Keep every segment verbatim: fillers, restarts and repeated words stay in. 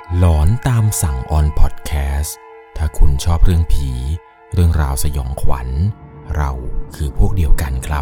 หลอนตามสั่งออนพอดแคสต์ถ้าคุณชอบเรื่องผีเรื่องราวสยองขวัญเราคือพวกเดียวกันครับ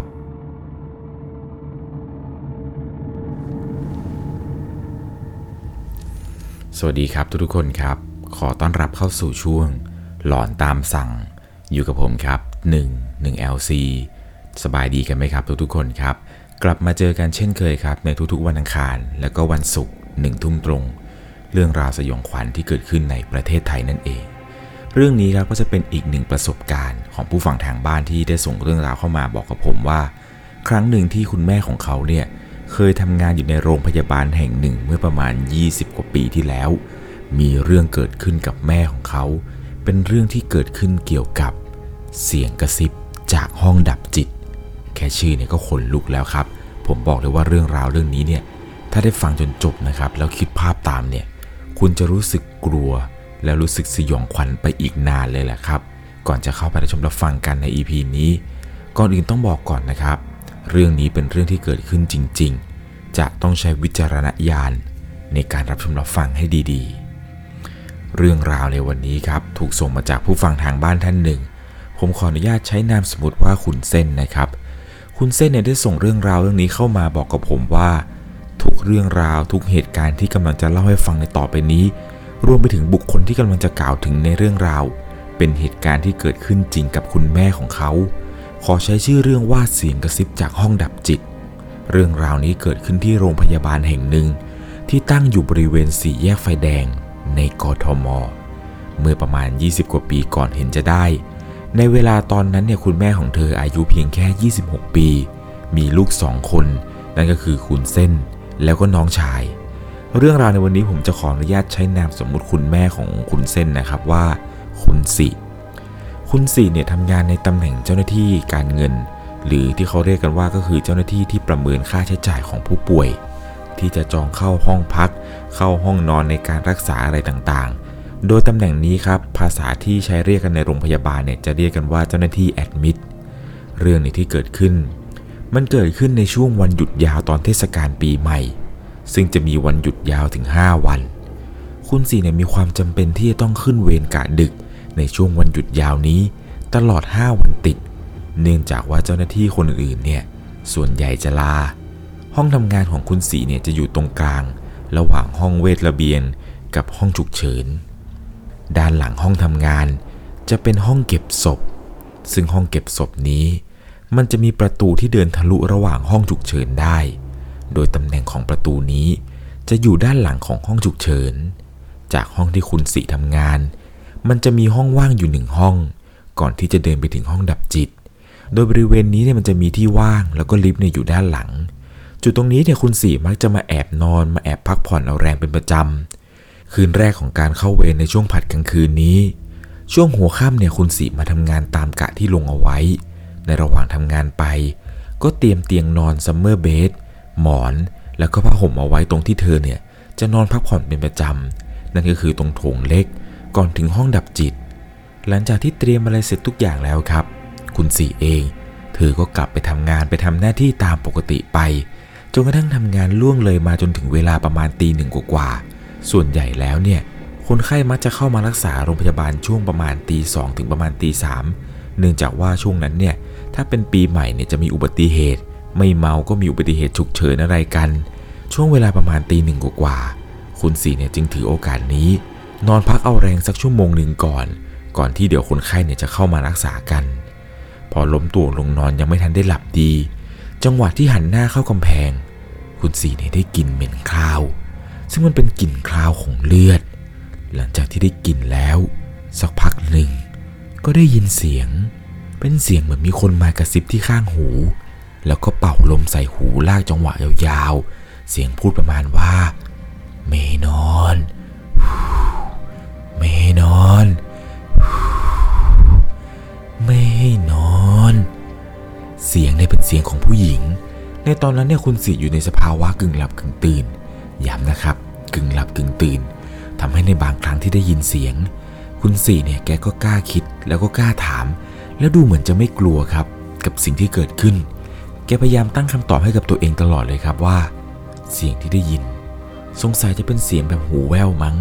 สวัสดีครับทุกๆคนครับขอต้อนรับเข้าสู่ช่วงหลอนตามสั่งอยู่กับผมครับหนึ่ง หนึ่ง แอล ซี สบายดีกันไหมครับทุกๆคนครับกลับมาเจอกันเช่นเคยครับในทุกๆวันอังคารและก็วันศุกร์หนึ่งทุ่มตรงเรื่องราวสยองขวัญที่เกิดขึ้นในประเทศไทยนั่นเองเรื่องนี้ครับก็จะเป็นอีกหนึ่งประสบการณ์ของผู้ฟังทางบ้านที่ได้ส่งเรื่องราวเข้ามาบอกกับผมว่าครั้งหนึ่งที่คุณแม่ของเขาเนี่ยเคยทำงานอยู่ในโรงพยาบาลแห่งหนึ่งเมื่อประมาณยี่สิบกว่าปีที่แล้วมีเรื่องเกิดขึ้นกับแม่ของเขาเป็นเรื่องที่เกิดขึ้นเกี่ยวกับเสียงกระซิบจากห้องดับจิตแค่ชื่อเนี่ยก็ขนลุกแล้วครับผมบอกเลยว่าเรื่องราวเรื่องนี้เนี่ยถ้าได้ฟังจนจบนะครับแล้วคิดภาพตามเนี่ยคุณจะรู้สึกกลัวแล้วรู้สึกสยองขวัญไปอีกนานเลยแหละครับก่อนจะเข้าไปรับชมรับฟังกันใน อี พี นี้ก่อนอื่นต้องบอกก่อนนะครับเรื่องนี้เป็นเรื่องที่เกิดขึ้นจริงๆจะต้องใช้วิจารณญาณในการรับชมรับฟังให้ดีๆเรื่องราวในวันนี้ครับถูกส่งมาจากผู้ฟังทางบ้านท่านหนึ่งผมขออนุญาตใช้นามสมมุติว่าคุณเส้นนะครับคุณเส้นเนี่ยได้ส่งเรื่องราวเรื่องนี้เข้ามาบอกกับผมว่าทุกเรื่องราวทุกเหตุการณ์ที่กำลังจะเล่าให้ฟังในต่อไปนี้รวมไปถึงบุคคลที่กำลังจะกล่าวถึงในเรื่องราวเป็นเหตุการณ์ที่เกิดขึ้นจริงกับคุณแม่ของเขาขอใช้ชื่อเรื่องว่าเสียงกระซิบจากห้องดับจิตเรื่องราวนี้เกิดขึ้นที่โรงพยาบาลแห่งหนึ่งที่ตั้งอยู่บริเวณสี่แยกไฟแดงในกทม.เมื่อประมาณยี่สิบกว่าปีก่อนเห็นจะได้ในเวลาตอนนั้นเนี่ยคุณแม่ของเธออายุเพียงแค่ยี่สิบหกปีมีลูกสองคนนั่นก็คือคุณเส้นแล้วก็น้องชายเรื่องราวในวันนี้ผมจะขออนุญาตใช้นามสมมุติคุณแม่ของคุณเส้นนะครับว่าคุณสิคุณสิเนี่ยทำงานในตำแหน่งเจ้าหน้าที่การเงินหรือที่เขาเรียกกันว่าก็คือเจ้าหน้าที่ที่ประเมินค่าใช้จ่ายของผู้ป่วยที่จะจองเข้าห้องพักเข้าห้องนอนในการรักษาอะไรต่างๆโดยตำแหน่งนี้ครับภาษาที่ใช้เรียกกันในโรงพยาบาลเนี่ยจะเรียกกันว่าเจ้าหน้าที่แอดมิดเรื่องนี้ที่เกิดขึ้นมันเกิดขึ้นในช่วงวันหยุดยาวตอนเทศกาลปีใหม่ซึ่งจะมีวันหยุดยาวถึงห้าวันคุณสีเนี่ยมีความจำเป็นที่จะต้องขึ้นเวรกะดึกในช่วงวันหยุดยาวนี้ตลอดห้าวันติดเนื่องจากว่าเจ้าหน้าที่คนอื่นเนี่ยส่วนใหญ่จะลาห้องทำงานของคุณสีเนี่ยจะอยู่ตรงกลางระหว่างห้องเวชระเบียงกับห้องฉุกเฉินด้านหลังห้องทำงานจะเป็นห้องเก็บศพซึ่งห้องเก็บศพนี้มันจะมีประตูที่เดินทะลุระหว่างห้องฉุกเฉินได้โดยตำแหน่งของประตูนี้จะอยู่ด้านหลังของห้องฉุกเฉินจากห้องที่คุณสิทำงานมันจะมีห้องว่างอยู่หนึ่งห้องก่อนที่จะเดินไปถึงห้องดับจิตโดยบริเวณนี้เนี่ยมันจะมีที่ว่างแล้วก็ลิฟต์เนี่ยอยู่ด้านหลังจุดตรงนี้เนี่ยคุณสิมักจะมาแอบนอนมาแอบพักผ่อนเอาแรงเป็นประจำคืนแรกของการเข้าเวรในช่วงผัดกลางคืนนี้ช่วงหัวค่ำเนี่ยคุณสิมาทำงานตามกะที่ลงเอาไว้ในระหว่างทำงานไปก็เตรียมเตียงนอนซัมเมอร์เบดหมอนแล้วก็ผ้าห่มเอาไว้ตรงที่เธอเนี่ยจะนอนพักผ่อนเป็นประจำนั่นก็คือตรงโถงเล็กก่อนถึงห้องดับจิตหลังจากที่เตรียมอะไรเสร็จทุกอย่างแล้วครับคุณสีเองเธอก็กลับไปทำงานไปทำหน้าที่ตามปกติไปจนกระทั่งทำงานล่วงเลยมาจนถึงเวลาประมาณตีหนึ่งกว่าๆส่วนใหญ่แล้วเนี่ยคนไข้มักจะเข้ามารักษาโรงพยาบาลช่วงประมาณตีสองถึงประมาณตีสามเนื่องจากว่าช่วงนั้นเนี่ยถ้าเป็นปีใหม่เนี่ยจะมีอุบัติเหตุไม่เมาก็มีอุบัติเหตุฉุกเฉินอะไรกันช่วงเวลาประมาณตีหนึ่งกว่าๆคุณสีเนี่ยจึงถือโอกาสนี้นอนพักเอาแรงสักชั่วโมงหนึ่งก่อนก่อนที่เดี๋ยวคนไข้เนี่ยจะเข้ามารักษากันพอล้มตัวลงนอนยังไม่ทันได้หลับดีจังหวะที่หันหน้าเข้ากำแพงคุณสีเนี่ยได้กลิ่นเหม็นคาวซึ่งมันเป็นกลิ่นคาวของเลือดหลังจากที่ได้กลิ่นแล้วสักพักหนึ่งก็ได้ยินเสียงเป็นเสียงเหมือนมีคนมากระซิบที่ข้างหูแล้วก็เป่าลมใส่หูลากจังหวะยาวๆเสียงพูดประมาณว่าเมนอนเมนอนไม่ให้นอนเสียงเนี่ยเป็นเสียงของผู้หญิงในตอนนั้นเนี่ยคุณสิอยู่ในสภาวะกึ่งหลับกึ่งตื่นย้ำนะครับกึ่งหลับกึ่งตื่นทำให้ในบางครั้งที่ได้ยินเสียงคุณสิเนี่ยแกก็กล้าคิดแล้วก็กล้าถามแล้วดูเหมือนจะไม่กลัวครับกับสิ่งที่เกิดขึ้นแกพยายามตั้งคำตอบให้กับตัวเองตลอดเลยครับว่าเสียงที่ได้ยินสงสัยจะเป็นเสียงแบบหูแว่วมั้ง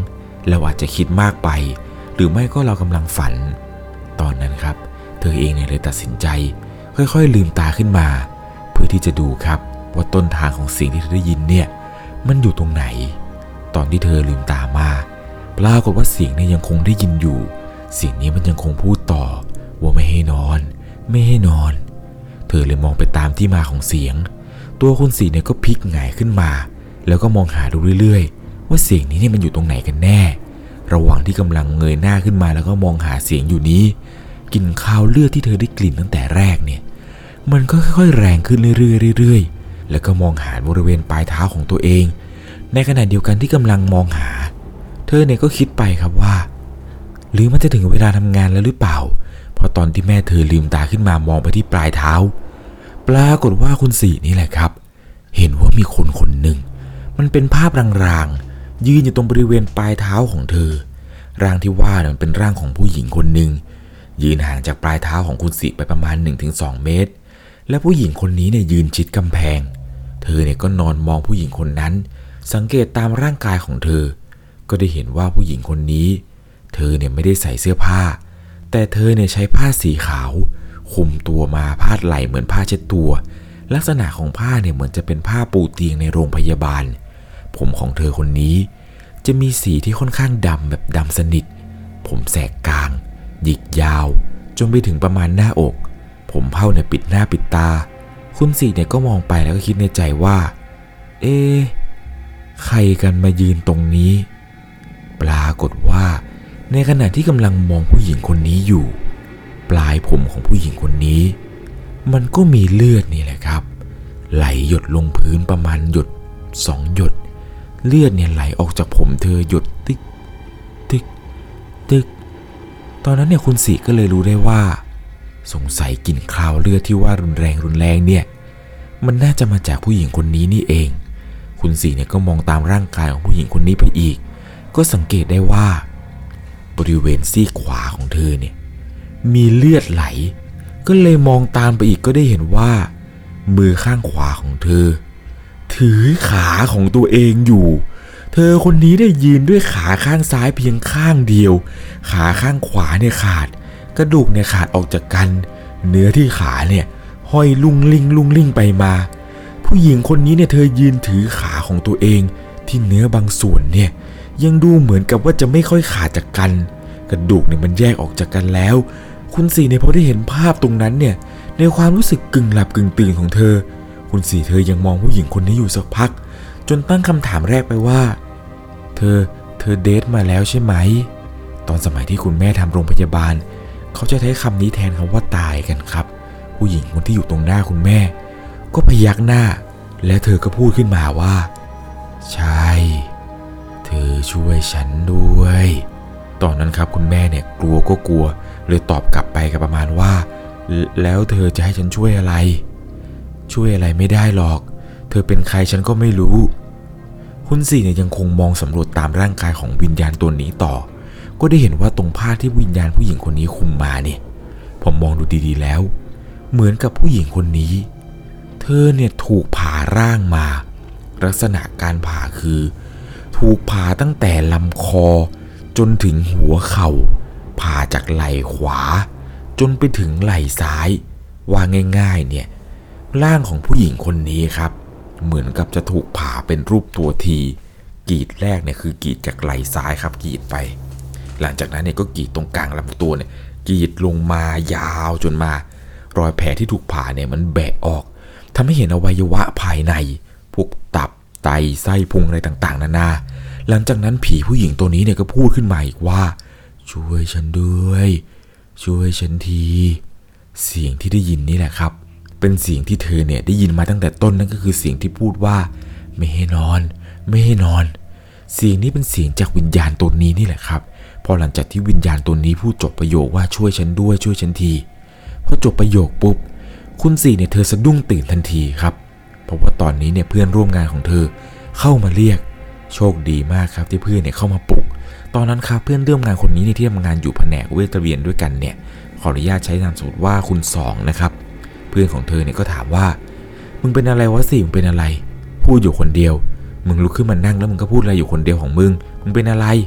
เราอาจจะคิดมากไปหรือไม่ก็เรากำลังฝันตอนนั้นครับเธอเองเนี่ยเลยตัดสินใจค่อยๆลืมตาขึ้นมาเพื่อที่จะดูครับว่าต้นทางของเสียงที่เธอได้ยินเนี่ยมันอยู่ตรงไหนตอนที่เธอลืมตามาปรากฏว่าเสียงเนี่ยยังคงได้ยินอยู่เสียงนี้มันยังคงพูดต่อว่าไม่ให้นอนไม่ให้นอนเธอเลยมองไปตามที่มาของเสียงตัวคุณสีเนี่ยก็พลิกหงายขึ้นมาแล้วก็มองหาดูเรื่อยๆว่าเสียงนี้เนี่ยมันอยู่ตรงไหนกันแน่ระหว่างที่กำลังเงยหน้าขึ้นมาแล้วก็มองหาเสียงอยู่นี้กลิ่นคาวเลือดที่เธอได้กลิ่นตั้งแต่แรกเนี่ยมันก็ค่อยๆแรงขึ้นเรื่อยๆเรื่อยๆแล้วก็มองหาบริเวณปลายเท้าของตัวเองในขณะเดียวกันที่กำลังมองหาเธอเนี่ยก็คิดไปครับว่าหรือมันจะถึงเวลาทำงานแล้วหรือเปล่าพอตอนที่แม่เธอลืมตาขึ้นมามองไปที่ปลายเท้าปรากฏว่าคุณสี่นี่แหละครับเห็นว่ามีคนคนหนึ่งมันเป็นภาพรางๆยืนอยู่ตรงบริเวณปลายเท้าของเธอร่างที่ว่ามันเป็นร่างของผู้หญิงคนหนึ่งยืนห่างจากปลายเท้าของคุณสี่ไปประมาณ หนึ่งถึงสอง เมตรและผู้หญิงคนนี้เนี่ยยืนชิดกำแพงเธอเนี่ยก็นอนมองผู้หญิงคนนั้นสังเกตตามร่างกายของเธอก็ได้เห็นว่าผู้หญิงคนนี้เธอเนี่ยไม่ได้ใส่เสื้อผ้าแต่เธอเนี่ยใช้ผ้าสีขาวคลุมตัวมาพาดไหล่เหมือนผ้าเช็ดตัวลักษณะของผ้าเนี่ยเหมือนจะเป็นผ้าปูเตียงในโรงพยาบาลผมของเธอคนนี้จะมีสีที่ค่อนข้างดำแบบดำสนิทผมแสกกลางหยิกยาวจนไปถึงประมาณหน้าอกผมเผ้าเนี่ยปิดหน้าปิดตาคุณสี่เนี่ยก็มองไปแล้วก็คิดในใจว่าเอ๊ะใครกันมายืนตรงนี้ปรากฏว่าในขณะที่กำลังมองผู้หญิงคนนี้อยู่ปลายผมของผู้หญิงคนนี้มันก็มีเลือดนี่แหละครับไหลหยดลงพื้นประมาณหยดสองหยดเลือดเนี่ยไหลออกจากผมเธอหยดติ๊กติ๊กติ๊กตอนนั้นเนี่ยคุณสี่ก็เลยรู้ได้ว่าสงสัยกลิ่นคาวเลือดที่ว่ารุนแรงรุนแรงเนี่ยมันน่าจะมาจากผู้หญิงคนนี้นี่เองคุณสี่เนี่ยก็มองตามร่างกายของผู้หญิงคนนี้ไปอีกก็สังเกตได้ว่าบริเวณซีกขวาของเธอเนี่ยมีเลือดไหลก็เลยมองตามไปอีกก็ได้เห็นว่ามือข้างขวาของเธอถือขาของตัวเองอยู่เธอคนนี้ได้ยืนด้วยขาข้างซ้ายเพียงข้างเดียวขาข้างขวาเนี่ยขาดกระดูกเนี่ยขาดออกจากกันเนื้อที่ขาเนี่ยห้อยลุ่งลิ่งลุ่งลิ่งไปมาผู้หญิงคนนี้เนี่ยเธอยืนถือขาของตัวเองที่เนื้อบางส่วนเนี่ยยังดูเหมือนกับว่าจะไม่ค่อยขาดจากกันกระดูกเนี่ยมันแยกออกจากกันแล้วคุณสี่เนี่ยพอได้เห็นภาพตรงนั้นเนี่ยในความรู้สึกกึ่งหลับกึ่งตื่นของเธอคุณสี่เธอยังมองผู้หญิงคนนี้อยู่สักพักจนตั้งคำถามแรกไปว่าเธอเธอเดทมาแล้วใช่ไหมตอนสมัยที่คุณแม่ทำโรงพยาบาลเขาจะใช้คำนี้แทนคำว่าตายกันครับผู้หญิงคนที่อยู่ตรงหน้าคุณแม่ก็พยักหน้าและเธอก็พูดขึ้นมาว่าใช่เธอช่วยฉันด้วยตอนนั้นครับคุณแม่เนี่ยกลัวก็กลัวเลยตอบกลับไปกับประมาณว่าแล้วเธอจะให้ฉันช่วยอะไรช่วยอะไรไม่ได้หรอกเธอเป็นใครฉันก็ไม่รู้คุณสี่เนี่ยยังคงมองสำรวจตามร่างกายของวิญญาณตัวนี้ต่อก็ได้เห็นว่าตรงผ้าที่วิญญาณผู้หญิงคนนี้คุมมาเนี่ยผมมองดูดีๆแล้วเหมือนกับผู้หญิงคนนี้เธอเนี่ยถูกผ่าร่างมาลักษณะการผ่าคือถูกผ่าตั้งแต่ลำคอจนถึงหัวเข่าผ่าจากไหล่ขวาจนไปถึงไหล่ซ้ายว่าง่ายๆเนี่ยร่างของผู้หญิงคนนี้ครับเหมือนกับจะถูกผ่าเป็นรูปตัวทีกรีดแรกเนี่ยคือกรีดจากไหล่ซ้ายครับกรีดไปหลังจากนั้นเนี่ยก็กรีดตรงกลางลำตัวเนี่ยกรีดลงมายาวจนมารอยแผลที่ถูกผ่าเนี่ยมันแบะออกทำให้เห็นอวัยวะภายในพวกตับไตไส้พุงอะไรต่างๆนานาหลังจากนั้นผีผู้หญิงตัวนี้เนี่ยก็พูดขึ้นมาอีกว่าช่วยฉันด้วยช่วยฉันทีเสียงที่ได้ยินนี่แหละครับเป็นเสียงที่เธอเนี่ยได้ยินมาตั้งแต่ต้นนั่นก็คือเสียงที่พูดว่าไม่ให้นอนไม่ให้นอนเสียงนี้เป็นเสียงจากวิญญาณตัวนี้นี่แหละครับพอหลังจากที่วิญญาณตัวนี้พูดจบประโยคว่าช่วยฉันด้วยช่วยฉันทีพอจบประโยคปุ๊บคุณสี่เนี่ยเธอสะดุ้งตื่นทันทีครับเพราะว่าตอนนี้เนี่ยเพื่อนร่วมงานของเธอเข้ามาเรียกโชคดีมากครับที่เพื่อนเนี่ยเข้ามาปลุกตอนนั้นครับเพื่อนร่วมงานคนนี้ที่ทำงานอยู่แผนกเวชระเบียนด้วยกันเนี่ยขออนุญาตใช้นามสมมติว่าคุณสองนะครับเพื่อนของเธอเนี่ยก็ถามว่ามึงเป็นอะไรวะสิมึงเป็นอะไรพูดอยู่คนเดียวมึงลุกขึ้นมานั่งแล้วมึงก็พูดอะไรอยู่คนเดียวของมึงมึงเป็นอะไร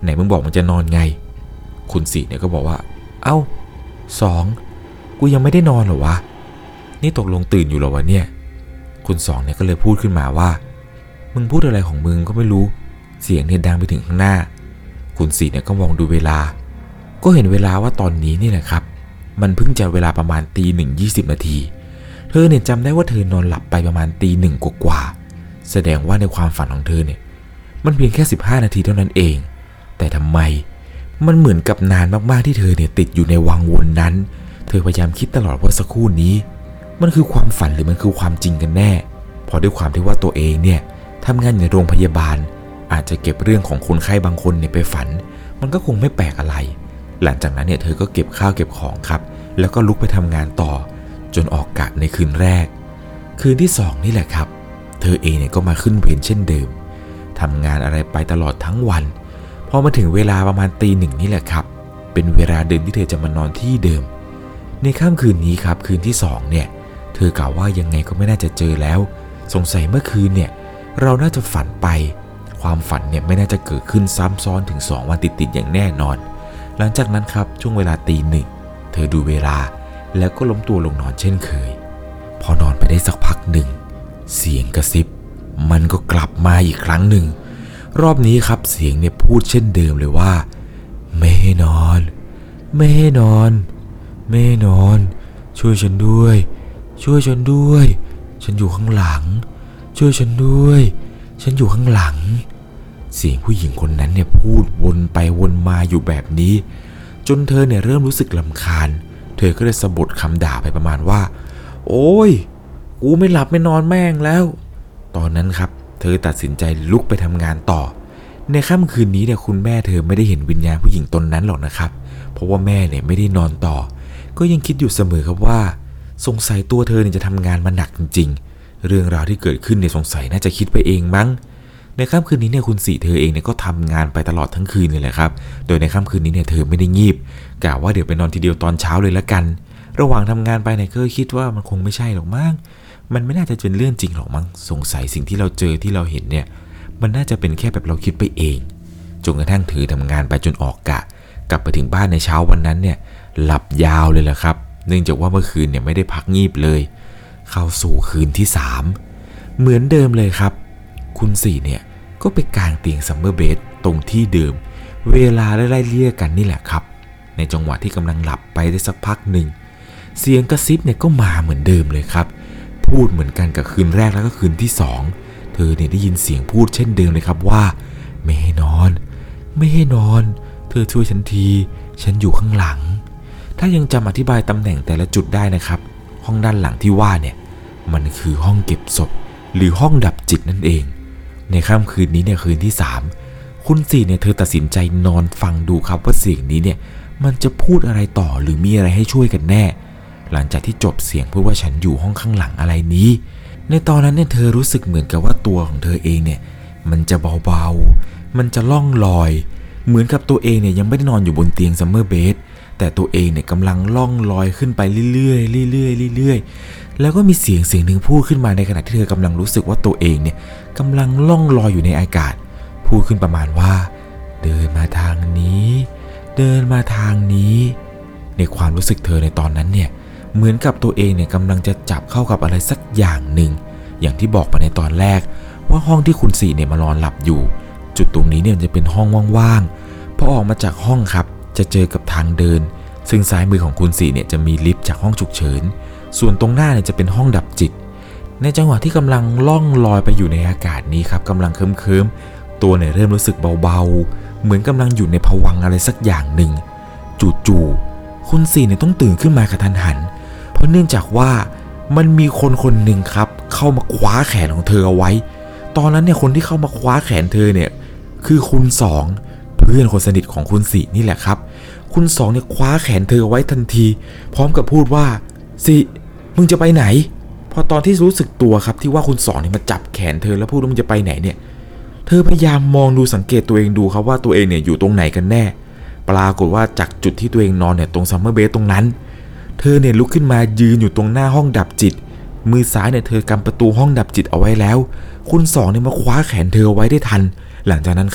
ไหนมึงบอกมึงจะนอนไงคุณสี่เนี่ยก็บอกว่าเอ้าสองกูยังไม่ได้นอนเหรอวะนี่ตกลงตื่นอยู่เหรอวะเนี่ยคุณสองเนี่ยก็เลยพูดขึ้นมาว่ามึงพูดอะไรของมึงก็ไม่รู้เสียงเนี่ยดังไปถึงข้างหน้าคุณสี่เนี่ยก็มองดูเวลาก็เห็นเวลาว่าตอนนี้นี่แหละครับมันเพิ่งจะเวลาประมาณตีหนึ่งยี่สิบนาทีเธอเนี่ยจำได้ว่าเธอนอนหลับไปประมาณตีหนึ่งกว่าๆแสดงว่าในความฝันของเธอเนี่ยมันเพียงแค่สิบห้านาทีเท่านั้นเองแต่ทำไมมันเหมือนกับนานมากๆที่เธอเนี่ยติดอยู่ในวังวนนั้นเธอพยายามคิดตลอดว่าสักครู่นี้มันคือความฝันหรือมันคือความจริงกันแน่เพราะด้วยความที่ว่าตัวเองเนี่ยทำงานอยู่ในโรงพยาบาลอาจจะเก็บเรื่องของคนไข้บางคนเนี่ยไปฝันมันก็คงไม่แปลกอะไรหลังจากนั้นเนี่ยเธอก็เก็บข้าวเก็บของครับแล้วก็ลุกไปทำงานต่อจนออกกะในคืนแรกคืนที่สองนี่แหละครับเธอเองเนี่ยก็มาขึ้นเวรเช่นเดิมทำงานอะไรไปตลอดทั้งวันพอมาถึงเวลาประมาณตีหนึ่งนี่แหละครับเป็นเวลาเดิมที่เธอจะมานอนที่เดิมในค่ำคืนนี้ครับคืนที่สองเนี่ยเธอกล่าวว่ายังไงก็ไม่น่าจะเจอแล้วสงสัยเมื่อคืนเนี่ยเราน่าจะฝันไปความฝันเนี่ยไม่น่าจะเกิดขึ้นซ้ำซ้อนถึงสองวันติดๆอย่างแน่นอนหลังจากนั้นครับช่วงเวลาตีหนึ่งเธอดูเวลาแล้วก็ล้มตัวลงนอนเช่นเคยพอนอนไปได้สักพักหนึ่งเสียงกระซิบมันก็กลับมาอีกครั้งหนึ่งรอบนี้ครับเสียงเนี่ยพูดเช่นเดิมเลยว่าไม่ให้นอนไม่ให้นอนไม่ให้นอนช่วยฉันด้วยช่วยฉันด้วยฉันอยู่ข้างหลังช่วยฉันด้วยฉันอยู่ข้างหลังเสียงผู้หญิงคนนั้นเนี่ยพูดวนไปวนมาอยู่แบบนี้จนเธอเนี่ยเริ่มรู้สึกรำคาญเธอก็เลยสะบัดคำด่าไปประมาณว่าโอ๊ยกูไม่หลับไม่นอนแม่งแล้วตอนนั้นครับเธอตัดสินใจลุกไปทำงานต่อในค่ำคืนนี้เนี่ยคุณแม่เธอไม่ได้เห็นวิญญาณผู้หญิงตนนั้นหรอกนะครับเพราะว่าแม่เนี่ยไม่ได้นอนต่อก็ยังคิดอยู่เสมอครับว่าสงสัยตัวเธอเนี่ยจะทำงานมาหนักจริงๆเรื่องราวที่เกิดขึ้นเนี่ยสงสัยน่าจะคิดไปเองมั้งในค่ำคืนนี้เนี่ยคุณสี่เธอเองเนี่ยก็ทำงานไปตลอดทั้งคืนเลยแหละครับโดยในค่ำคืนนี้เนี่ยเธอไม่ได้งีบกะว่าเดี๋ยวไปนอนทีเดียวตอนเช้าเลยละกันระหว่างทำงานไปเนี่ยก็คิดว่ามันคงไม่ใช่หรอกมั้งมันไม่น่าจะเป็นเรื่องจริงหรอกมั้งสงสัยสิ่งที่เราเจอที่เราเห็นเนี่ยมันน่าจะเป็นแค่แบบเราคิดไปเองจนกระทั่งเธอทำงานไปจนออกกะกลับไปถึงบ้านในเช้าวันนั้นเนี่ยหลับยาวเลยแหละครับเนื่องจากว่าเมื่อคืนเนี่ยไม่ได้พักงีบเลยเข้าสู่คืนที่สามเหมือนเดิมเลยครับคุณสี่เนี่ยก็ไปกางเตียงซัมเมอร์เบดตรงที่เดิมเวลาไล่เลี่ยกันนี่แหละครับในจังหวะที่กำลังหลับไปได้สักพักหนึ่งเสียงกระซิบเนี่ยก็มาเหมือนเดิมเลยครับพูดเหมือนกันกับคืนแรกแล้วก็คืนที่สองเธอเนี่ยได้ยินเสียงพูดเช่นเดิมเลยครับว่าไม่ให้นอนไม่ให้นอนเธอช่วยฉันทีฉันอยู่ข้างหลังถ้ายังจำอธิบายตำแหน่งแต่ละจุดได้นะครับห้องด้านหลังที่ว่าเนี่ยมันคือห้องเก็บศพหรือห้องดับจิตนั่นเองในค่ำคืนนี้เนี่ยคืนที่สามคุณสี่เนี่ยเธอตัดสินใจนอนฟังดูครับว่าเสียงนี้เนี่ยมันจะพูดอะไรต่อหรือมีอะไรให้ช่วยกันแน่หลังจากที่จบเสียงพูดว่าฉันอยู่ห้องข้างหลังอะไรนี้ในตอนนั้นเนี่ยเธอรู้สึกเหมือนกับว่าตัวของเธอเองเนี่ยมันจะเบาๆมันจะล่องลอยเหมือนกับตัวเองเนี่ยยังไม่ได้นอนอยู่บนเตียงซัมเมอร์เบดแต่ตัวเองเนี่ยกำลังล่องลอยขึ้นไปเรื่อยๆเรื่อยๆเรื่อยๆแล้วก็มีเสียงเสียงหนึ่งพูดขึ้นมาในขณะที่เธอกำลังรู้สึกว่าตัวเองเนี่ยกำลังล่องลอยอยู่ในอากาศพูดขึ้นประมาณว่าเดินมาทางนี้เดินมาทางนี้ในความรู้สึกเธอในตอนนั้นเนี่ยเหมือนกับตัวเองเนี่ยกำลังจะจับเข้ากับอะไรสักอย่างหนึ่งอย่างที่บอกไปในตอนแรกว่าห้องที่คุณสี่เนี่ยมานอนหลับอยู่จุดตรงนี้เนี่ยจะเป็นห้องว่างๆพอออกมาจากห้องครับจะเจอกับทางเดินซึ่งซ้ายมือของคุณสี่เนี่ยจะมีลิฟต์จากห้องฉุกเฉินส่วนตรงหน้าเนี่ยจะเป็นห้องดับจิตในจังหวะที่กำลังล่องลอยไปอยู่ในอากาศนี้ครับกำลังเคลิ้มๆตัวเนี่ยเริ่มรู้สึกเบาๆเหมือนกำลังอยู่ในภวังค์อะไรสักอย่างหนึ่งจู่ๆคุณสี่เนี่ยต้องตื่นขึ้นมากระทันหันเพราะเนื่องจากว่ามันมีคนคนหนึ่งครับเข้ามาคว้าแขนของเธอเอาไว้ตอนนั้นเนี่ยคนที่เข้ามาคว้าแขนเธอเนี่ยคือคุณสองเพื่อนคนสนิทของคุณสี่นี่แหละครับคุณสองเนี่ยคว้าแขนเธอเอาไว้ทันทีพร้อมกับพูดว่าสิมึงจะไปไหนพอตอนที่รู้สึกตัวครับที่ว่าคุณสองเนี่ยมาจับแขนเธอแล้วพูดว่ามึงจะไปไหนเนี่ยเธอพยายามมองดูสังเกตตัวเองดูครับว่าตัวเองเนี่ยอยู่ตรงไหนกันแน่ปรากฏว่าจากจุดที่ตัวเองนอนเนี่ยตรงซัมเมอร์เบดตรงนั้นเธอเนี่ยลุกขึ้นมายืนอยู่ตรงหน้าห้องดับจิตมือซ้ายเนี่ยเธอกำประตูห้องดับจิตเอาไว้แล้วคุณสองเนี่ยมาคว้าแขนเธอเอาไว้ได้ทันหลังจากนั้นครับผ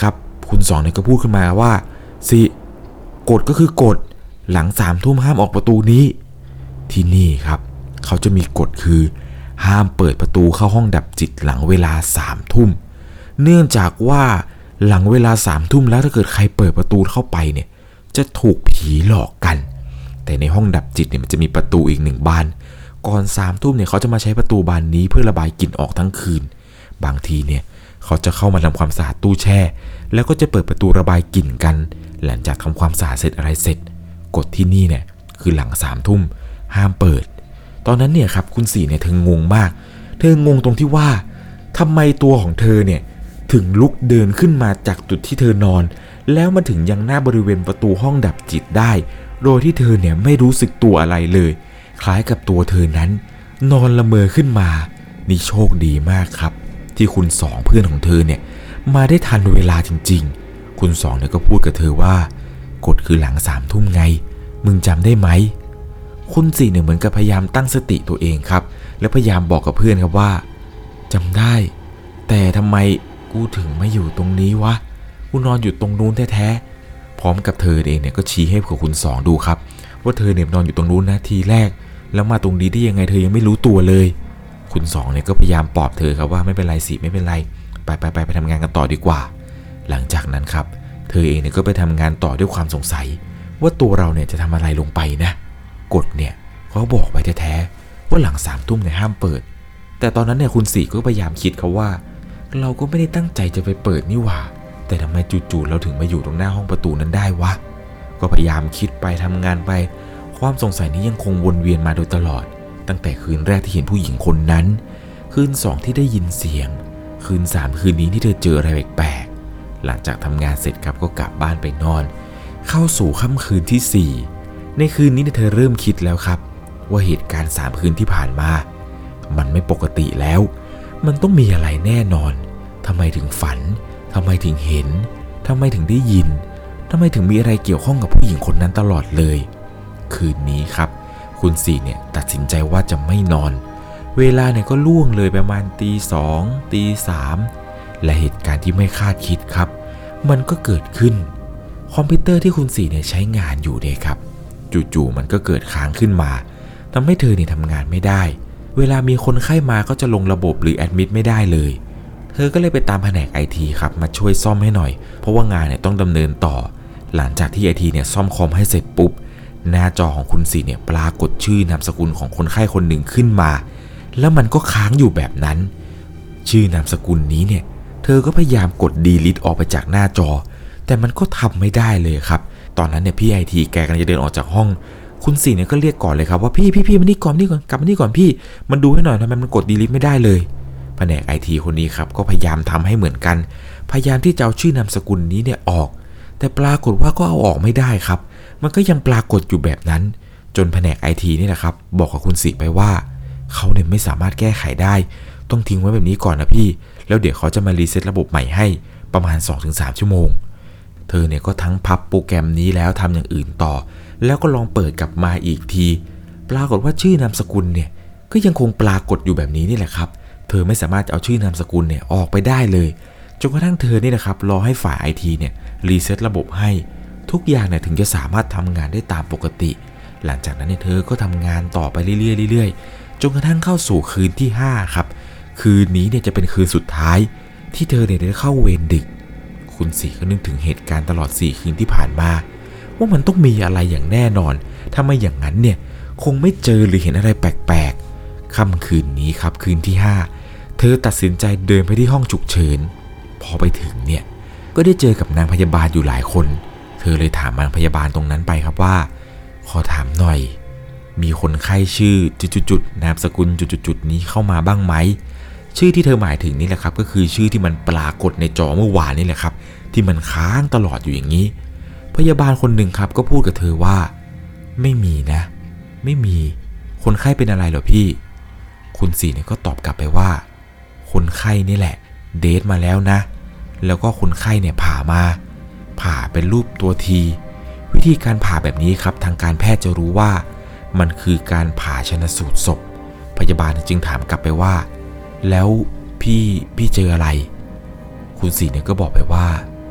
คุณสองเนี่ยก็พูดขึ้นมาว่าสิกฎก็คือกฎหลังสามทุ่มห้ามออกประตูนี้ที่นี่ครับเขาจะมีกฎคือห้ามเปิดประตูเข้าห้องดับจิตหลังเวลาสามทุ่มเนื่องจากว่าหลังเวลาสามทุ่มแล้วถ้าเกิดใครเปิดประตูเข้าไปเนี่ยจะถูกผีหลอกกันแต่ในห้องดับจิตเนี่ยมันจะมีประตูอีกหนึ่งบานก่อนสามทุ่มเนี่ยเขาจะมาใช้ประตูบานนี้เพื่อระบายกลิ่นออกทั้งคืนบางทีเนี่ยเขาจะเข้ามาทำความสะอาดตู้แช่แล้วก็จะเปิดประตูระบายกลิ่นกันหลังจากทำความสะอาดเสร็จอะไรเสร็จกฎที่นี่เนี่ยคือหลังสามทุ่มห้ามเปิดตอนนั้นเนี่ยครับคุณสี่เนี่ยเธองงมากเธองงตรงที่ว่าทำไมตัวของเธอเนี่ยถึงลุกเดินขึ้นมาจากจุดที่เธอนอนแล้วมาถึงยังหน้าบริเวณประตูห้องดับจิตได้โดยที่เธอเนี่ยไม่รู้สึกตัวอะไรเลยคล้ายกับตัวเธอนั้นนอนละเมอขึ้นมานี่โชคดีมากครับที่คุณสองเพื่อนของเธอเนี่ยมาได้ทันเวลาจริงๆคุณสองเนี่ยก็พูดกับเธอว่ากฎคือหลังสามทุ่มไงมึงจำได้ไหมคุณสี่เนี่ยเหมือนกับพยายามตั้งสติตัวเองครับแล้วพยายามบอกกับเพื่อนครับว่าจำได้แต่ทำไมกูถึงไม่อยู่ตรงนี้วะกูนอนอยู่ตรงนู้นแท้ๆพร้อมกับเธอเองเนี่ยก็ชี้ให้กับคุณสองดูครับว่าเธอเนี่ยนอนอยู่ตรงนู้นนะทีแรกแล้วมาตรงนี้ได้ยังไงเธอยังไม่รู้ตัวเลยคุณสองเนี่ยก็พยายามปลอบเธอครับว่าไม่เป็นไรสิไม่เป็นไรไปไปไปไปทำงานกันต่อดีกว่าหลังจากนั้นครับเธอเองเนี่ยก็ไปทำงานต่อด้วยความสงสัยว่าตัวเราเนี่ยจะทำอะไรลงไปนะกฎเนี่ยเขาบอกไว้แท้ๆว่าหลังสามทุ่มเนี่ยห้ามเปิดแต่ตอนนั้นเนี่ยคุณสี่ก็พยายามคิดครับว่าเราก็ไม่ได้ตั้งใจจะไปเปิดนี่หว่าแต่ทำไมจู่ๆเราถึงมาอยู่ตรงหน้าห้องประตูนั้นได้วะก็พยายามคิดไปทำงานไปความสงสัยนี้ยังคงวนเวียนมาโดยตลอดตั้งแต่คืนแรกที่เห็นผู้หญิงคนนั้นคืนสองที่ได้ยินเสียงคืนสามคืนนี้ที่เธอเจออะไรแปลกๆหลังจากทำงานเสร็จครับก็กลับบ้านไปนอนเข้าสู่ค่ำคืนที่สี่ในคืนนี้เธอเริ่มคิดแล้วครับว่าเหตุการณ์สามคืนที่ผ่านมามันไม่ปกติแล้วมันต้องมีอะไรแน่นอนทำไมถึงฝันทำไมถึงเห็นทำไมถึงได้ยินทำไมถึงมีอะไรเกี่ยวข้องกับผู้หญิงคนนั้นตลอดเลยคืนนี้ครับคุณสี่เนี่ยตัดสินใจว่าจะไม่นอนเวลาเนี่ยก็ล่วงเลยประมาณตีสองตีสามและเหตุการณ์ที่ไม่คาดคิดครับมันก็เกิดขึ้นคอมพิวเตอร์ที่คุณสี่เนี่ยใช้งานอยู่เนี่ยครับจู่ๆมันก็เกิดค้างขึ้นมาทำให้เธอเนี่ยทำงานไม่ได้เวลามีคนไข้มาก็จะลงระบบหรือแอดมิดไม่ได้เลยเธอก็เลยไปตามแผนก ไอ ที ครับมาช่วยซ่อมให้หน่อยเพราะว่างานเนี่ยต้องดำเนินต่อหลังจากที่ ไอ ที เนี่ยซ่อมคอมให้เสร็จปุ๊บหน้าจอของคุณสี่เนี่ยปรากฏชื่อนามสกุลของคนไข้คนหนึ่งขึ้นมาแล้วมันก็ค้างอยู่แบบนั้นชื่อนามสกุลนี้เนี่ยเธอก็พยายามกด delete ออกไปจากหน้าจอแต่มันก็ทำไม่ได้เลยครับตอนนั้นเนี่ยพี่ ไอ ที แกกำลังจะเดินออกจากห้องคุณสี่เนี่ยก็เรียกก่อนเลยครับว่าพี่พี่พี่มานี่ก่อนนี่ก่อนกลับมานี่ก่อนพี่มันดูให้หน่อยทำไมมันกด delete ไม่ได้เลยแผนก ไอ ที คนนี้ครับก็พยายามทำให้เหมือนกันพยายามที่จะเอาชื่อนามสกุลนี้เนี่ยออกแต่ปรากฏว่าก็เอาออกไม่ได้ครับมันก็ยังปรากฏอยู่แบบนั้นจนแผนก ไอ ที นี่แหละครับบอกกับคุณสี่ไปว่าเขาเนี่ยไม่สามารถแก้ไขได้ต้องทิ้งไว้แบบนี้ก่อนนะพี่แล้วเดี๋ยวเขาจะมารีเซ็ตระบบใหม่ให้ประมาณ สองถึงสาม ชั่วโมงเธอเนี่ยก็ทั้งพับโปรแกรมนี้แล้วทำอย่างอื่นต่อแล้วก็ลองเปิดกลับมาอีกทีปรากฏว่าชื่อนามสกุลเนี่ยก็ยังคงปรากฏอยู่แบบนี้นี่แหละครับเธอไม่สามารถเอาชื่อนามสกุลเนี่ยออกไปได้เลยจนกระทั่งเธอนี่นะครับรอให้ฝ่าย ไอ ที เนี่ยรีเซ็ตระบบให้ทุกอย่างเนี่ยถึงจะสามารถทำงานได้ตามปกติหลังจากนั้นเนี่ยเธอก็ทำงานต่อไปเรื่อยๆเรื่อยๆจนกระทั่งเข้าสู่คืนที่ห้าครับคืนนี้เนี่ยจะเป็นคืนสุดท้ายที่เธอเนี่ยได้เข้าเวรดึกคุณสี่ก็นึกถึงเหตุการณ์ตลอดสี่คืนที่ผ่านมาว่ามันต้องมีอะไรอย่างแน่นอนถ้าไม่อย่างนั้นเนี่ยคงไม่เจอหรือเห็นอะไรแปลกๆค่ำคืนนี้ครับคืนที่ห้าเธอตัดสินใจเดินไปที่ห้องฉุกเฉินพอไปถึงเนี่ยก็ได้เจอกับนางพยาบาลอยู่หลายคนเธอเลยถามนางพยาบาลตรงนั้นไปครับว่าขอถามหน่อยมีคนไข้ชื่อจุดๆนามสกุลจุดๆนี้เข้ามาบ้างไหมชื่อที่เธอหมายถึงนี่แหละครับก็คือชื่อที่มันปรากฏในจอเมื่อวานนี่แหละครับที่มันค้างตลอดอยู่อย่างนี้พยาบาลคนหนึ่งครับก็พูดกับเธอว่าไม่มีนะไม่มีคนไข้เป็นอะไรเหรอพี่คุณสี่เนี่ยก็ตอบกลับไปว่าคนไข้นี่แหละเดทมาแล้วนะแล้วก็คนไข้เนี่ยผ่ามาผ่าเป็นรูปตัวทีวิธีการผ่าแบบนี้ครับทางการแพทย์จะรู้ว่ามันคือการผ่าชันสูตรศพพยาบาลจึงถามกลับไปว่าแล้วพี่พี่เจออะไรคุณสี่เนี่ยก็บอกไปว่า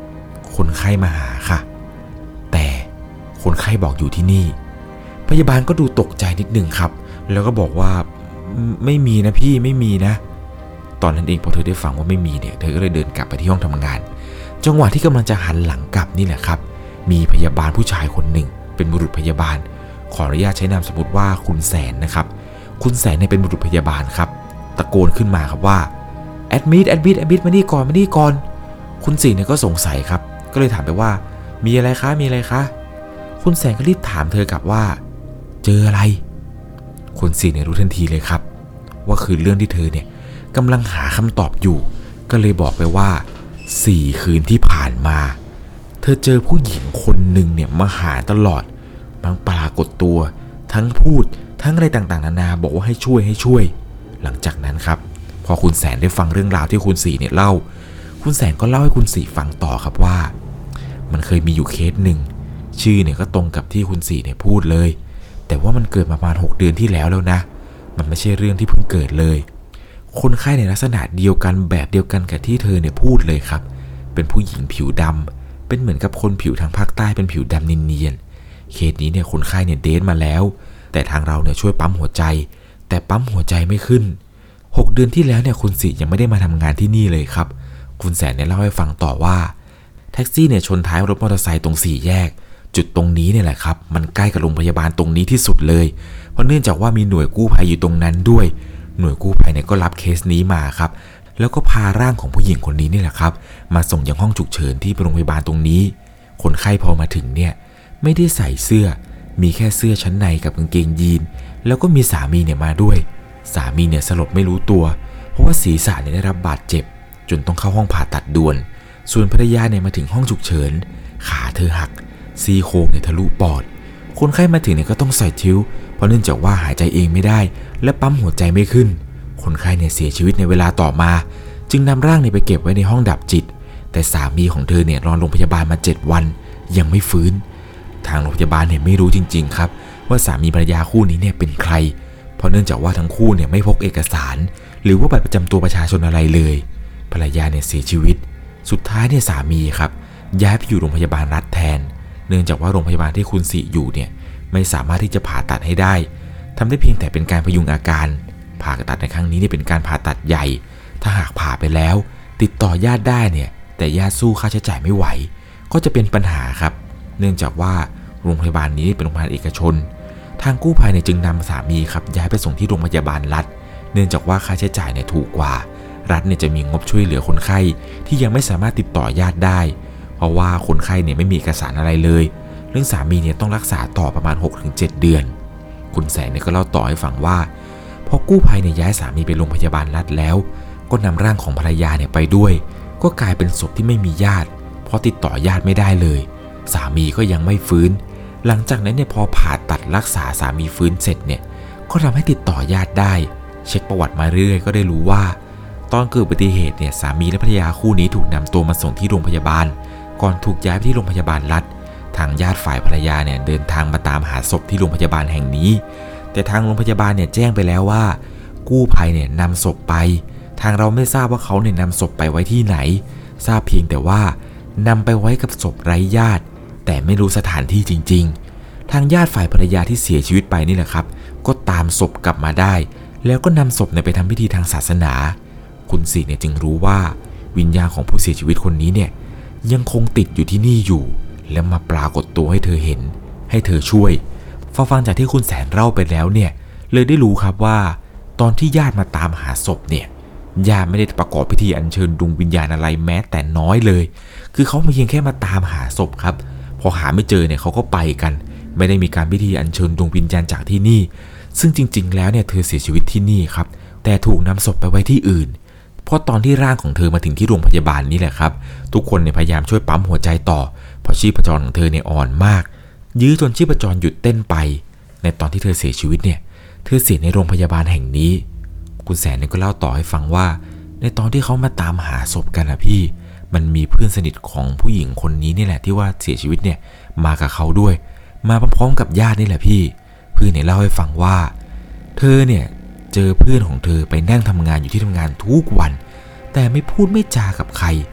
คนไข้มาหาค่ะแต่คนไข้บอกอยู่ที่นี่พยาบาลก็ดูตกใจนิดนึงครับแล้วก็บอกว่าไม่มีนะพี่ไม่มีนะตอนนั้นเองพอเธอได้ฟังว่าไม่มีเนี่ยเธอก็เลยเดินกลับไปที่ห้องทำงานจังหวะที่กำลังจะหันหลังกลับนี่แหละครับมีพยาบาลผู้ชายคนหนึ่งเป็นบุรุษพยาบาลขออนุญาตใช้นามสมมติว่าคุณแสนนะครับคุณแสนเนี่ยเป็นบุรุษพยาบาลครับตะโกนขึ้นมาครับว่าแอดมิดแอดมิดแอดมิดมานี่ก่อนมานี่ก่อนคุณศรีเนี่ยก็สงสัยครับก็เลยถามไปว่ามีอะไรคะมีอะไรคะคุณแสนก็รีบถามเธอกลับว่าเจออะไรคุณศรีเนี่ยรู้ทันทีเลยครับว่าคือเรื่องที่เธอเนี่ยกำลังหาคำตอบอยู่ก็เลยบอกไปว่าสี่คืนที่ผ่านมาเธอเจอผู้หญิงคนหนึ่งเนี่ยมาหาตลอดทั้งปรากฏตัวทั้งพูดทั้งอะไรต่างๆนานาบอกว่าให้ช่วยให้ช่วยหลังจากนั้นครับพอคุณแสนได้ฟังเรื่องราวที่คุณศรีเนี่ยเล่าคุณแสนก็เล่าให้คุณศรีฟังต่อครับว่ามันเคยมีอยู่เคสหนึ่งชื่อเนี่ยก็ตรงกับที่คุณศรีเนี่ยพูดเลยแต่ว่ามันเกิดมาประมาณหกเดือนที่แล้วแล้วนะมันไม่ใช่เรื่องที่เพิ่งเกิดเลยคนไข้ในลักษณะเดียวกันแบบเดียวกันกับที่เธอเนี่ยพูดเลยครับเป็นผู้หญิงผิวดำเป็นเหมือนกับคนผิวทางภาคใต้เป็นผิวดำเนียนๆเคสนี้เนี่ยคนไข้เนี่ยเดทมาแล้วแต่ทางเราเนี่ยช่วยปั๊มหัวใจแต่ปั๊มหัวใจไม่ขึ้นหกเดือนที่แล้วเนี่ยคุณศรียังไม่ได้มาทำงานที่นี่เลยครับคุณแสนเนี่ยเล่าให้ฟังต่อว่าแท็กซี่เนี่ยชนท้ายรถมอเตอร์ไซค์ตรงสี่แยกจุดตรงนี้เนี่ยแหละครับมันใกล้กับโรงพยาบาลตรงนี้ที่สุดเลยเพราะเนื่องจากว่ามีหน่วยกู้ภัยอยู่ตรงนั้นด้วยหน่วยกู้ภัยเนี่ยก็รับเคสนี้มาครับแล้วก็พาร่างของผู้หญิงคนนี้นี่แหละครับมาส่งยังห้องฉุกเฉินที่โรงพยาบาลตรงนี้คนไข้พอมาถึงเนี่ยไม่ได้ใส่เสื้อมีแค่เสื้อชั้นในกับกางเกงยีนแล้วก็มีสามีเนี่ยมาด้วยสามีเนี่ยสลบไม่รู้ตัวเพราะว่าศีรษะเนี่ยได้รับบาดเจ็บจนต้องเข้าห้องผ่าตัดด่วนส่วนภรรยาเนี่ยมาถึงห้องฉุกเฉินขาเธอหักซี่โครงเนี่ยทะลุปอดคนไข้มาถึงเนี่ยก็ต้องใส่ทิวเพราะเนื่องจากว่าหายใจเองไม่ได้และปั๊มหัวใจไม่ขึ้นคนไข้เนี่ยเสียชีวิตในเวลาต่อมาจึงนำร่างเนี่ยไปเก็บไว้ในห้องดับจิตแต่สามีของเธอเนี่ยนอนโรงพยาบาลมาเจ็ดวันยังไม่ฟื้นทางโรงพยาบาลเนี่ยไม่รู้จริงๆครับว่าสามีภรรยาคู่นี้เนี่ยเป็นใครเพราะเนื่องจากว่าทั้งคู่เนี่ยไม่พกเอกสารหรือว่าบัตรประจำตัวประชาชนอะไรเลยภรรยาเนี่ยเสียชีวิตสุดท้ายเนี่ยสามีครับย้ายไปอยู่โรงพยาบาลรัฐแทนเนื่องจากว่าโรงพยาบาลที่คุณศรีอยู่เนี่ยไม่สามารถที่จะผ่าตัดให้ได้ทำได้เพียงแต่เป็นการพยุงอาการผ่าตัดในครั้งนี้เนี่ยเป็นการผ่าตัดใหญ่ถ้าหากผ่าไปแล้วติดต่อญาติได้เนี่ยแต่ญาติสู้ค่าใช้จ่ายไม่ไหวก็จะเป็นปัญหาครับเนื่องจากว่าโรงพยาบาลนี้เป็นโรงพยาบาลเอกชนทางกู้ภัยเนี่ยจึงนำสามีครับย้ายไปส่งที่โรงพยาบาลรัฐเนื่องจากว่าค่าใช้จ่ายเนี่ยถูกกว่ารัฐเนี่ยจะมีงบช่วยเหลือคนไข้ที่ยังไม่สามารถติดต่อญาติได้เพราะว่าคนไข้เนี่ยไม่มีเอกสารอะไรเลยเรื่องสามีเนี่ยต้องรักษาต่อประมาณ หกถึงเจ็ด เดือนคุณแสงเนี่ยก็เล่าต่อให้ฟังว่าพอกู้ภัยเนี่ยย้ายสามีไปโรงพยาบาลรัฐแล้วก็นำร่างของภรรยาเนี่ยไปด้วยก็กลายเป็นศพที่ไม่มีญาติเพราะติดต่อญาติไม่ได้เลยสามีก็ยังไม่ฟื้นหลังจากนั้นเนี่ยพอผ่าตัดรักษาสามีฟื้นเสร็จเนี่ยก็ทำให้ติดต่อญาติได้เช็คประวัติมาเรื่อยๆก็ได้รู้ว่าตอนเกิดอุบัติเหตุเนี่ยสามีและภรรยาคู่นี้ถูกนำตัวมาส่งที่โรงพยาบาลก่อนถูกย้ายไปที่โรงพยาบาลรัฐทางญาติฝ่ายภรรยาเนี่ยเดินทางมาตามหาศพที่โรงพยาบาลแห่งนี้แต่ทางโรงพยาบาลเนี่ยแจ้งไปแล้วว่ากู้ภัยเนี่ยนำศพไปทางเราไม่ทราบว่าเขาเนี่ยนำศพไปไว้ที่ไหนทราบเพียงแต่ว่านำไปไว้กับศพไร้ญาติแต่ไม่รู้สถานที่จริงๆทางญาติฝ่ายภรรยาที่เสียชีวิตไปนี่แหละครับก็ตามศพกลับมาได้แล้วก็นำศพเนี่ยไปทำพิธีทางศาสนาคุณศรีเนี่ยจึงรู้ว่าวิญญาณของผู้เสียชีวิตคนนี้เนี่ยยังคงติดอยู่ที่นี่อยู่แล้วมาปรากฏตัวให้เธอเห็นให้เธอช่วยฟังจากที่คุณแสนเล่าไปแล้วเนี่ยเลยได้รู้ครับว่าตอนที่ญาติมาตามหาศพเนี่ยญาติไม่ได้ประกอบพิธีอัญเชิญดวงวิญญาณอะไรแม้แต่น้อยเลยคือเขาเพียงแค่มาตามหาศพครับพอหาไม่เจอเนี่ยเขาก็ไปกันไม่ได้มีการพิธีอัญเชิญดวงวิญญาณจากที่นี่ซึ่งจริงๆแล้วเนี่ยเธอเสียชีวิตที่นี่ครับแต่ถูกนำศพไปไว้ที่อื่นเพราะตอนที่ร่างของเธอมาถึงที่โรงพยาบาลนี่แหละครับทุกคนเนี่ยพยายามช่วยปั๊มหัวใจต่อเพราะชีพจรของเธอเนี่ยอ่อนมากยื้อจนชีพจรหยุดเต้นไปในตอนที่เธอเสียชีวิตเนี่ยเธอเสียในโรงพยาบาลแห่งนี้คุณแสนเนี่ยก็เล่าต่อให้ฟังว่าในตอนที่เขามาตามหาศพกันนะพี่มันมีเพื่อนสนิทของผู้หญิงคนนี้นี่แหละที่ว่าเสียชีวิตเนี่ยมากับเขาด้วยมาพร้อมๆกับญาตินี่แหละพี่เพื่อนเนี่ยเล่าให้ฟังว่าเธอเนี่ยเจอเพื่อนของเธอไปนั่งทำงานอยู่ที่ทำงานทุกวันแต่ไม่พูดไม่จากับใคร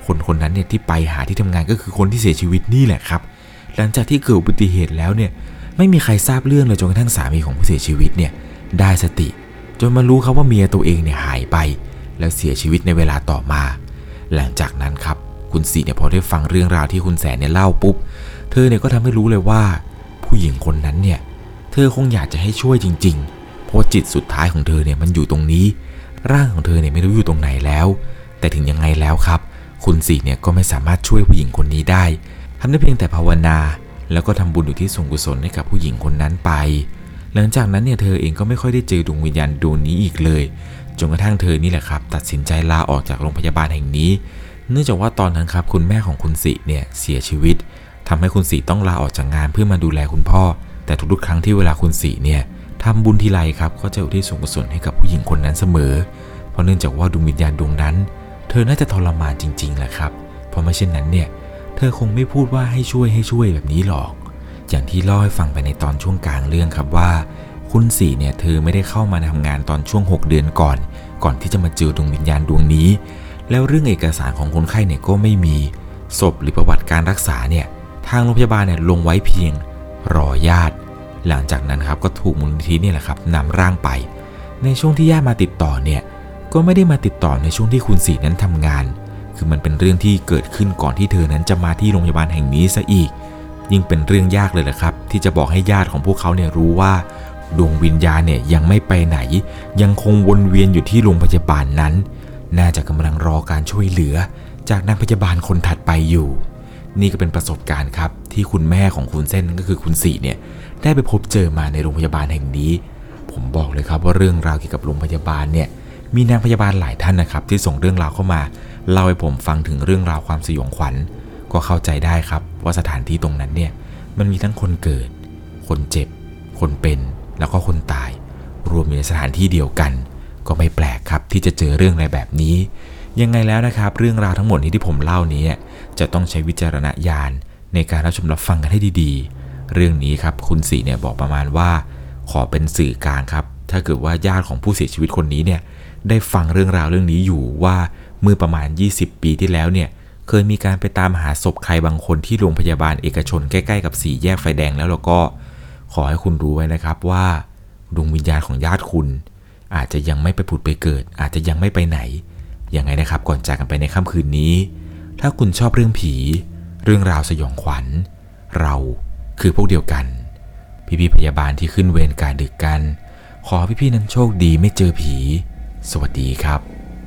คนคนนั้นเนี่ยที่ไปหาที่ทำงานก็คือคนที่เสียชีวิตนี่แหละครับหลังจากที่เกิดอุบัติเหตุแล้วเนี่ยไม่มีใครทราบเรื่องเลยจนกระทั่งสามีของผู้เสียชีวิตเนี่ยได้สติจนมารู้ครับว่าเมียตัวเองเนี่ยหายไปแล้วเสียชีวิตในเวลาต่อมาหลังจากนั้นครับคุณสีเนี่ยพอได้ฟังเรื่องราวที่คุณแสนเนี่ยเล่าปุ๊บเธอเนี่ยก็ทำให้รู้เลยว่าผู้หญิงคนนั้นเนี่ยเธอคงอยากจะให้ช่วยจริงๆเพราะจิตสุดท้ายของเธอเนี่ยมันอยู่ตรงนี้ร่างของเธอเนี่ยไม่รู้อยู่ตรงไหนแล้วแต่ถึงยังไงแล้วครับคุณสีเนี่ยก็ไม่สามารถช่วยผู้หญิงคนนี้ได้ทำได้เพียงแต่ภาวนาแล้วก็ทำบุญอยู่ที่ส่วนกุศลให้กับผู้หญิงคนนั้นไปหลังจากนั้นเนี่ยเธอเองก็ไม่ค่อยได้เจอดวงวิญญาณดวงนี้อีกเลยจนกระทั่งเธอนี่แหละครับตัดสินใจลาออกจากโรงพยาบาลแห่งนี้เนื่องจากว่าตอนนั้นครับคุณแม่ของคุณสิเนี่ยเสียชีวิตทำให้คุณสิต้องลาออกจากงานเพื่อมาดูแลคุณพ่อแต่ทุกๆครั้งที่เวลาคุณสิเนี่ยทำบุญทีไรครับก็จะอุทิศส่วนกุศลให้กับผู้หญิงคนนั้นเสมอเพราะเนื่องจากว่าดวงวิญญาณดวงนั้นเธอน่าจะทรมานจริงๆแหละครับเพราะไม่เช่นนั้นเนี่ยเธอคงไม่พูดว่าให้ช่วยให้ช่วยแบบนี้หรอกอย่างที่เล่าให้ฟังไปในตอนช่วงกลางเรื่องครับว่าคุณสีเนี่ยเธอไม่ได้เข้ามาทำงานตอนช่วงหกเดือนก่อนก่อนที่จะมาเจอดวงวิญญาณดวงนี้แล้วเรื่องเอกสารของคนไข้เนี่ยก็ไม่มีศพหรือประวัติการรักษาเนี่ยทางโรงพยาบาลเนี่ยลงไว้เพียงรอญาติหลังจากนั้นครับก็ถูกมูลนิธิเนี่ยแหละครับนำร่างไปในช่วงที่ญาติมาติดต่อเนี่ยก็ไม่ได้มาติดต่อในช่วงที่คุณสีนั้นทำงานคือมันเป็นเรื่องที่เกิดขึ้นก่อนที่เธอนั้นจะมาที่โรงพยาบาลแห่งนี้ซะอีกยิ่งเป็นเรื่องยากเลยแหละครับที่จะบอกให้ญาติของพวกเขาเนี่ยรู้ว่าดวงวิญญาณเนี่ยยังไม่ไปไหนยังคงวนเวียนอยู่ที่โรงพยาบาลนั้นน่าจะกำลังรอการช่วยเหลือจากนางพยาบาลคนถัดไปอยู่นี่ก็เป็นประสบการณ์ครับที่คุณแม่ของคุณเส้นก็คือคุณสีเนี่ยได้ไปพบเจอมาในโรงพยาบาลแห่งนี้ผมบอกเลยครับว่าเรื่องราวเกี่ยวกับโรงพยาบาลเนี่ยมีนางพยาบาลหลายท่านนะครับที่ส่งเรื่องราวเข้ามาเล่าให้ผมฟังถึงเรื่องราวความสยองขวัญก็เข้าใจได้ครับว่าสถานที่ตรงนั้นเนี่ยมันมีทั้งคนเกิดคนเจ็บคนเป็นแล้วก็คนตายรวมอยู่ในสถานที่เดียวกันก็ไม่แปลกครับที่จะเจอเรื่องอะไรแบบนี้ยังไงแล้วนะครับเรื่องราวทั้งหมดนี้ที่ผมเล่านี้จะต้องใช้วิจารณญาณในการรับชมรับฟังกันให้ดีๆเรื่องนี้ครับคุณสีเนี่ยบอกประมาณว่าขอเป็นสื่อกลางครับถ้าเกิดว่าญาติของผู้เสียชีวิตคนนี้เนี่ยได้ฟังเรื่องราวเรื่องนี้อยู่ว่าเมื่อประมาณยี่สิบปีที่แล้วเนี่ยเคยมีการไปตามหาศพใครบางคนที่โรงพยาบาลเอกชนใกล้ๆกับสี่แยกไฟแดงแล้วเราก็ขอให้คุณรู้ไว้นะครับว่าดวงวิญญาณของญาติคุณอาจจะยังไม่ไปผุดไปเกิดอาจจะยังไม่ไปไหนยังไงนะครับก่อนจากกันไปในค่ำคืนนี้ถ้าคุณชอบเรื่องผีเรื่องราวสยองขวัญเราคือพวกเดียวกันพี่ๆพยาบาลที่ขึ้นเวรกะดึกกันขอพี่ๆนั้นโชคดีไม่เจอผีสวัสดีครับ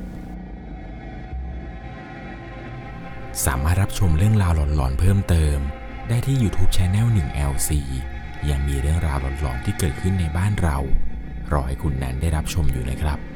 สามารถรับชมเรื่องราวหลอนๆเพิ่มเติมได้ที่ YouTube Channel หนึ่ง แอล ซี ยังมีเรื่องราวหลอนๆที่เกิดขึ้นในบ้านเรารอให้คุณนั้นได้รับชมอยู่นะครับ